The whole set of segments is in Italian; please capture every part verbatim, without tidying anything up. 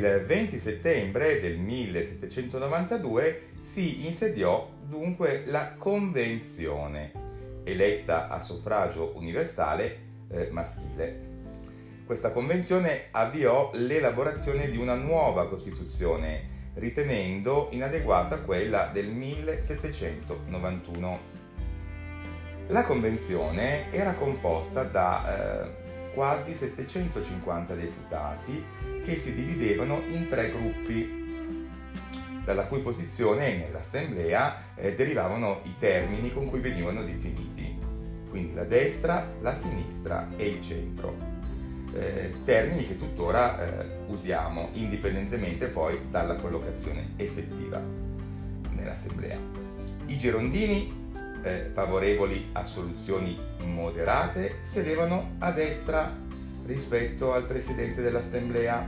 Il venti settembre del millesettecentonovantadue si insediò dunque la Convenzione, eletta a suffragio universale eh, maschile. Questa convenzione avviò l'elaborazione di una nuova Costituzione, ritenendo inadeguata quella del millesettecentonovantuno. La Convenzione era composta da eh, quasi settecentocinquanta deputati che si dividevano in tre gruppi, dalla cui posizione nell'Assemblea eh, derivavano i termini con cui venivano definiti, quindi la destra, la sinistra e il centro. Eh, termini che tuttora eh, usiamo, indipendentemente poi dalla collocazione effettiva nell'Assemblea. I girondini, eh, favorevoli a soluzioni moderate, sedevano a destra rispetto al Presidente dell'Assemblea.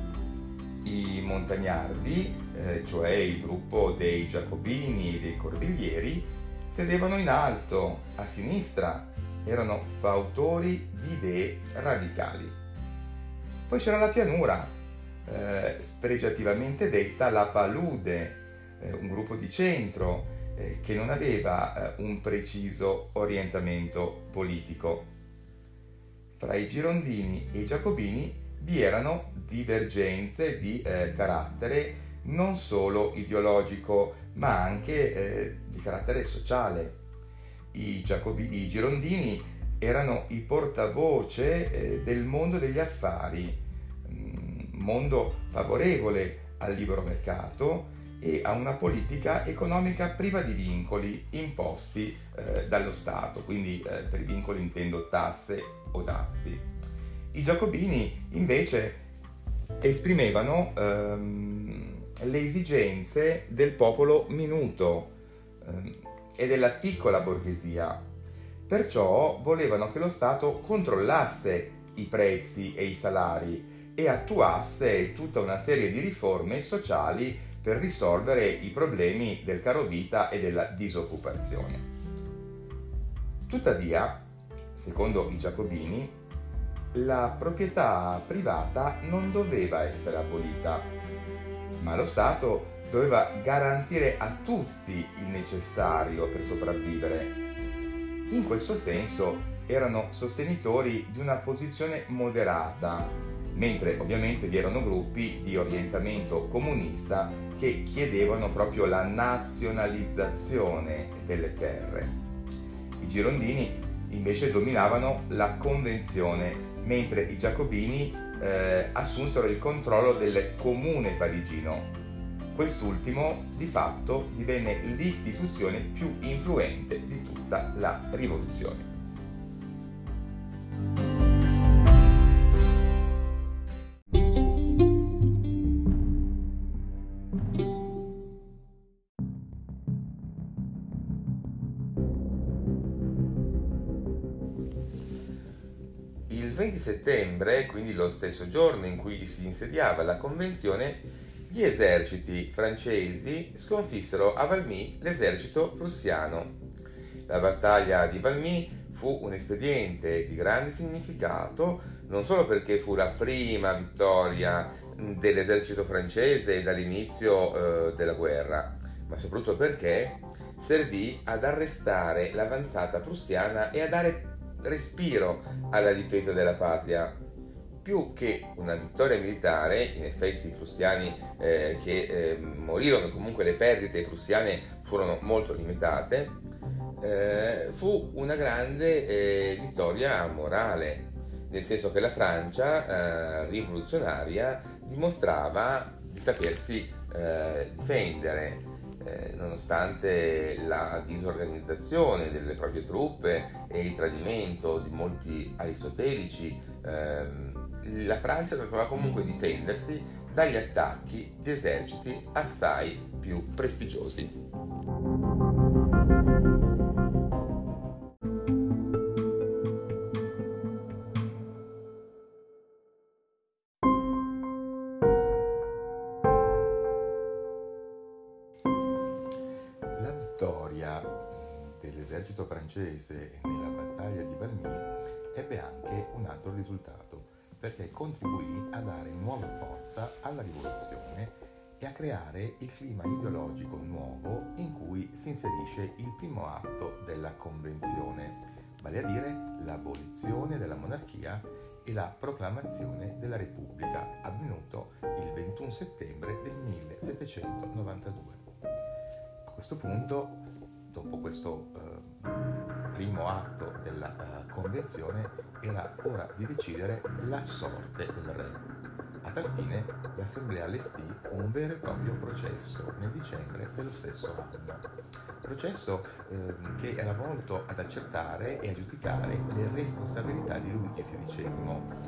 I montagnardi, eh, cioè il gruppo dei giacobini e dei cordiglieri, sedevano in alto, a sinistra, erano fautori di idee radicali. Poi c'era la pianura, eh, spregiativamente detta la palude, eh, un gruppo di centro eh, che non aveva eh, un preciso orientamento politico. Fra i girondini e i giacobini vi erano divergenze di eh, carattere non solo ideologico, ma anche eh, di carattere sociale. I, Giacobi, i girondini erano i portavoce eh, del mondo degli affari, mh, mondo favorevole al libero mercato e a una politica economica priva di vincoli imposti eh, dallo Stato, quindi eh, per vincoli intendo tasse o dazi. I giacobini invece esprimevano ehm, le esigenze del popolo minuto ehm, e della piccola borghesia, perciò volevano che lo Stato controllasse i prezzi e i salari e attuasse tutta una serie di riforme sociali per risolvere i problemi del carovita e della disoccupazione. Tuttavia, secondo i giacobini, la proprietà privata non doveva essere abolita, ma lo Stato doveva garantire a tutti il necessario per sopravvivere. In questo senso erano sostenitori di una posizione moderata, mentre ovviamente vi erano gruppi di orientamento comunista che chiedevano proprio la nazionalizzazione delle terre. I girondini invece dominavano la convenzione, mentre i giacobini eh, assunsero il controllo del comune parigino. Quest'ultimo, di fatto, divenne l'istituzione più influente di tutta la rivoluzione. Il venti settembre, quindi lo stesso giorno in cui si insediava la convenzione, gli eserciti francesi sconfissero a Valmy l'esercito prussiano. La battaglia di Valmy fu un espediente di grande significato, non solo perché fu la prima vittoria dell'esercito francese dall'inizio eh, della guerra, ma soprattutto perché servì ad arrestare l'avanzata prussiana e a dare respiro alla difesa della patria. Più che una vittoria militare, in effetti i prussiani eh, che eh, morirono, comunque le perdite prussiane furono molto limitate, eh, fu una grande eh, vittoria morale, nel senso che la Francia eh, rivoluzionaria dimostrava di sapersi eh, difendere, eh, nonostante la disorganizzazione delle proprie truppe e il tradimento di molti aristotelici. ehm, La Francia sapeva comunque difendersi dagli attacchi di eserciti assai più prestigiosi. La vittoria dell'esercito francese nella battaglia di Valmy ebbe anche un altro risultato, perché contribuì a dare nuova forza alla rivoluzione e a creare il clima ideologico nuovo in cui si inserisce il primo atto della Convenzione, vale a dire l'abolizione della monarchia e la proclamazione della Repubblica, avvenuto il ventuno settembre del millesettecentonovantadue. A questo punto, dopo questo eh, primo atto della eh, Convenzione, era ora di decidere la sorte del re. A tal fine l'Assemblea allestì un vero e proprio processo nel dicembre dello stesso anno. Processo eh, che era volto ad accertare e a giudicare le responsabilità di Luigi sedicesimo.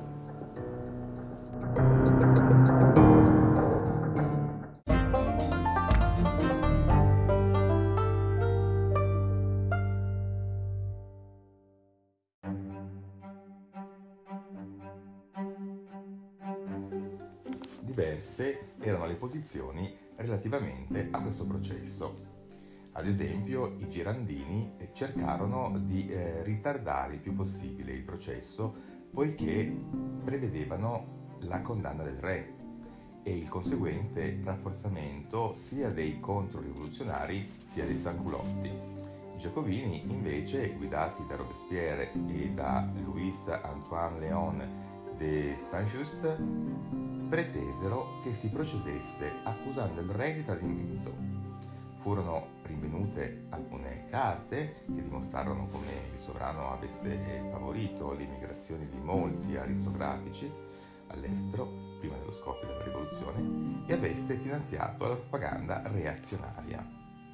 Diverse erano le posizioni relativamente a questo processo. Ad esempio, i girandini cercarono di eh, ritardare il più possibile il processo poiché prevedevano la condanna del re e il conseguente rafforzamento sia dei controrivoluzionari sia dei sanculotti. I giacobini, invece, guidati da Robespierre e da Louis-Antoine Léon de Saint-Just, pretesero che si procedesse accusando il re di tradimento. Furono rinvenute alcune carte che dimostrarono come il sovrano avesse favorito le migrazioni di molti aristocratici all'estero prima dello scoppio della rivoluzione e avesse finanziato la propaganda reazionaria.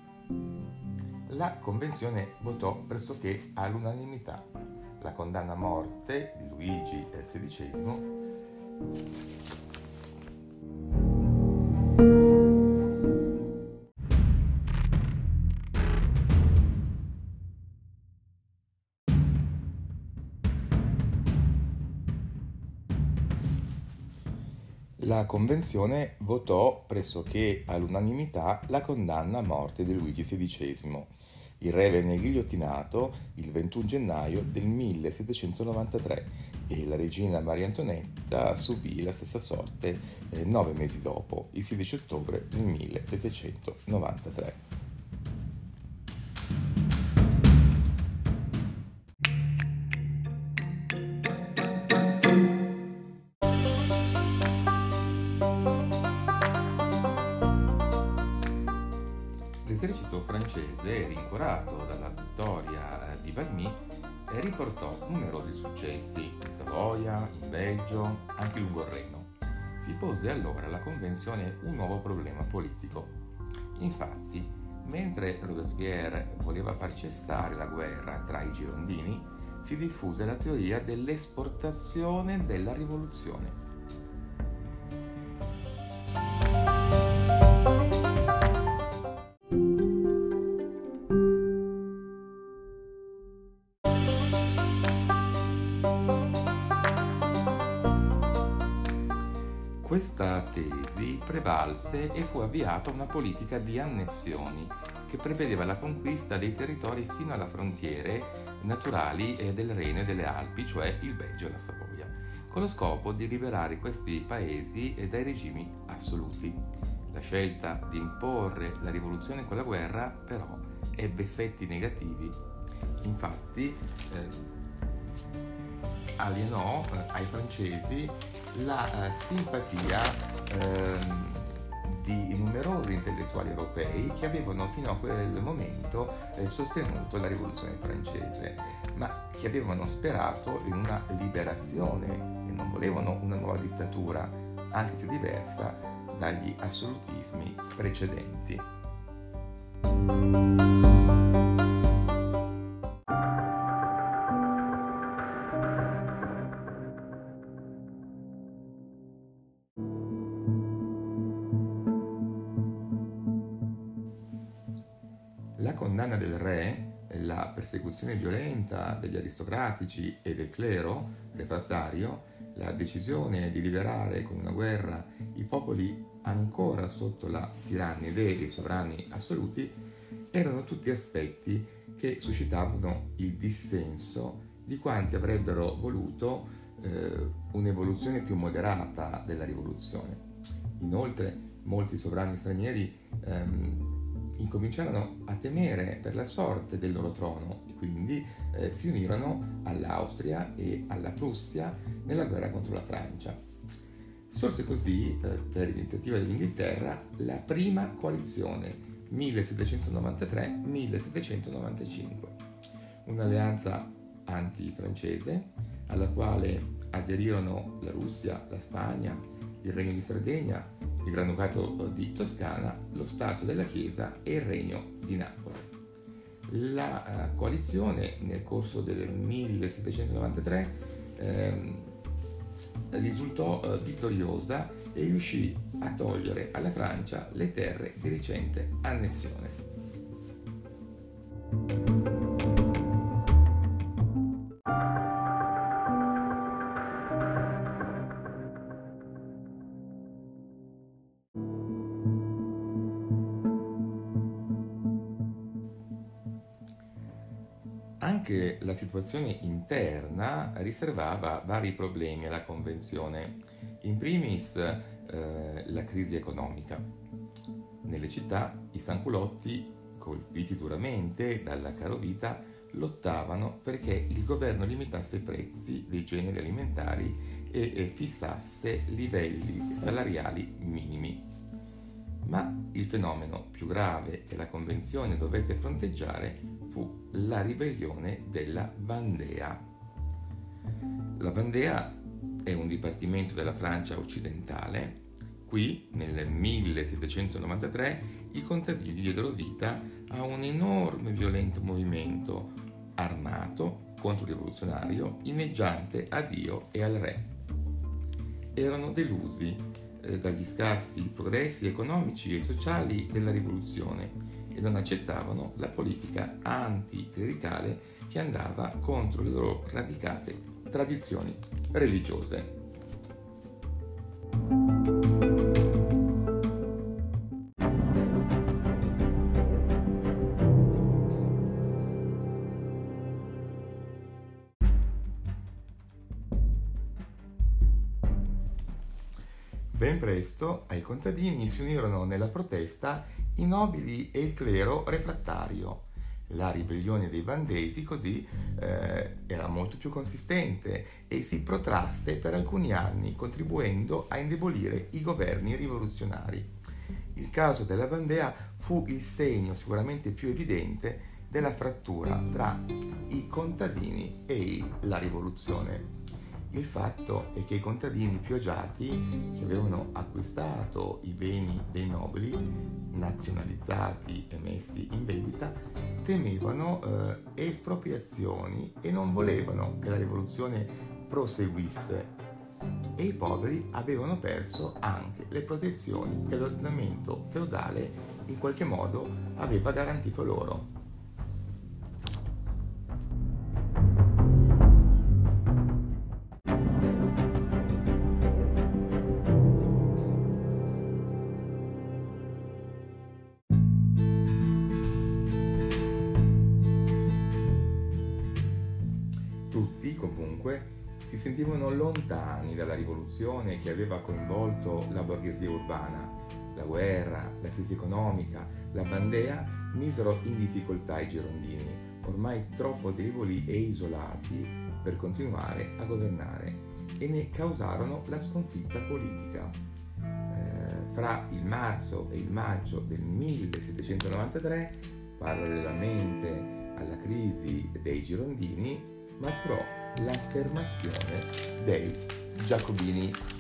La convenzione votò pressoché all'unanimità la condanna a morte di Luigi sedicesimo La Convenzione votò pressoché all'unanimità la condanna a morte di Luigi sedicesimo. Il re venne ghigliottinato il ventuno gennaio del millesettecentonovantatré e la regina Maria Antonietta subì la stessa sorte eh, nove mesi dopo, il sedici ottobre del millesettecentonovantatré. L'esercito francese, rincuorato dalla vittoria di Valmy, riportò numerosi successi in Savoia, in Belgio, anche lungo il Reno. Si pose allora alla Convenzione un nuovo problema politico. Infatti, mentre Robespierre voleva far cessare la guerra tra i girondini, si diffuse la teoria dell'esportazione della rivoluzione. Questa tesi prevalse e fu avviata una politica di annessioni che prevedeva la conquista dei territori fino alle frontiere naturali del Reno e delle Alpi, cioè il Belgio e la Savoia, con lo scopo di liberare questi paesi dai regimi assoluti. La scelta di imporre la rivoluzione con la guerra, però, ebbe effetti negativi. Infatti, eh, alienò eh, ai francesi la eh, simpatia eh, di numerosi intellettuali europei che avevano fino a quel momento eh, sostenuto la rivoluzione francese, ma che avevano sperato in una liberazione e non volevano una nuova dittatura, anche se diversa dagli assolutismi precedenti. La condanna del re, la persecuzione violenta degli aristocratici e del clero refrattario, la decisione di liberare con una guerra i popoli ancora sotto la tirannia dei sovrani assoluti, erano tutti aspetti che suscitavano il dissenso di quanti avrebbero voluto eh, un'evoluzione più moderata della rivoluzione. Inoltre molti sovrani stranieri ehm, incominciarono a temere per la sorte del loro trono e quindi eh, si unirono all'Austria e alla Prussia nella guerra contro la Francia. Sorse così, eh, per iniziativa dell'Inghilterra, la prima coalizione millesettecentonovantatré millesettecentonovantacinque, un'alleanza anti-francese alla quale aderirono la Russia, la Spagna, il Regno di Sardegna, il Granducato di Toscana, lo Stato della Chiesa e il Regno di Napoli. La uh, coalizione nel corso del millesettecentonovantatré ehm, risultò uh, vittoriosa e riuscì a togliere alla Francia le terre di recente annessione. Anche la situazione interna riservava vari problemi alla Convenzione, in primis eh, la crisi economica. Nelle città i sanculotti, colpiti duramente dalla carovita, lottavano perché il governo limitasse i prezzi dei generi alimentari e, e fissasse livelli salariali minimi. Ma il fenomeno più grave che la Convenzione dovette fronteggiare fu la ribellione della Vandea. La Vandea è un dipartimento della Francia occidentale. Qui, nel millesettecentonovantatré, i contadini diedero vita a un enorme violento movimento armato, controrivoluzionario, inneggiante a Dio e al re. Erano delusi eh, dagli scarsi progressi economici e sociali della rivoluzione e non accettavano la politica anticlericale che andava contro le loro radicate tradizioni religiose. Ben presto ai contadini si unirono nella protesta i nobili e il clero refrattario. La ribellione dei Vandesi così eh, era molto più consistente e si protrasse per alcuni anni, contribuendo a indebolire i governi rivoluzionari. Il caso della Vandea fu il segno sicuramente più evidente della frattura tra i contadini e la rivoluzione. Il fatto è che i contadini più agiati, che avevano acquistato i beni dei nobili, nazionalizzati e messi in vendita, temevano eh, espropriazioni e non volevano che la rivoluzione proseguisse. E i poveri avevano perso anche le protezioni che l'ordinamento feudale in qualche modo aveva garantito loro. Tutti, comunque, si sentivano lontani dalla rivoluzione che aveva coinvolto la borghesia urbana. La guerra, la crisi economica, la Vandea misero in difficoltà i girondini, ormai troppo deboli e isolati per continuare a governare, e ne causarono la sconfitta politica. Eh, fra il marzo e il maggio del millesettecentonovantatré, parallelamente alla crisi dei girondini, maturò l'affermazione dei Giacobini.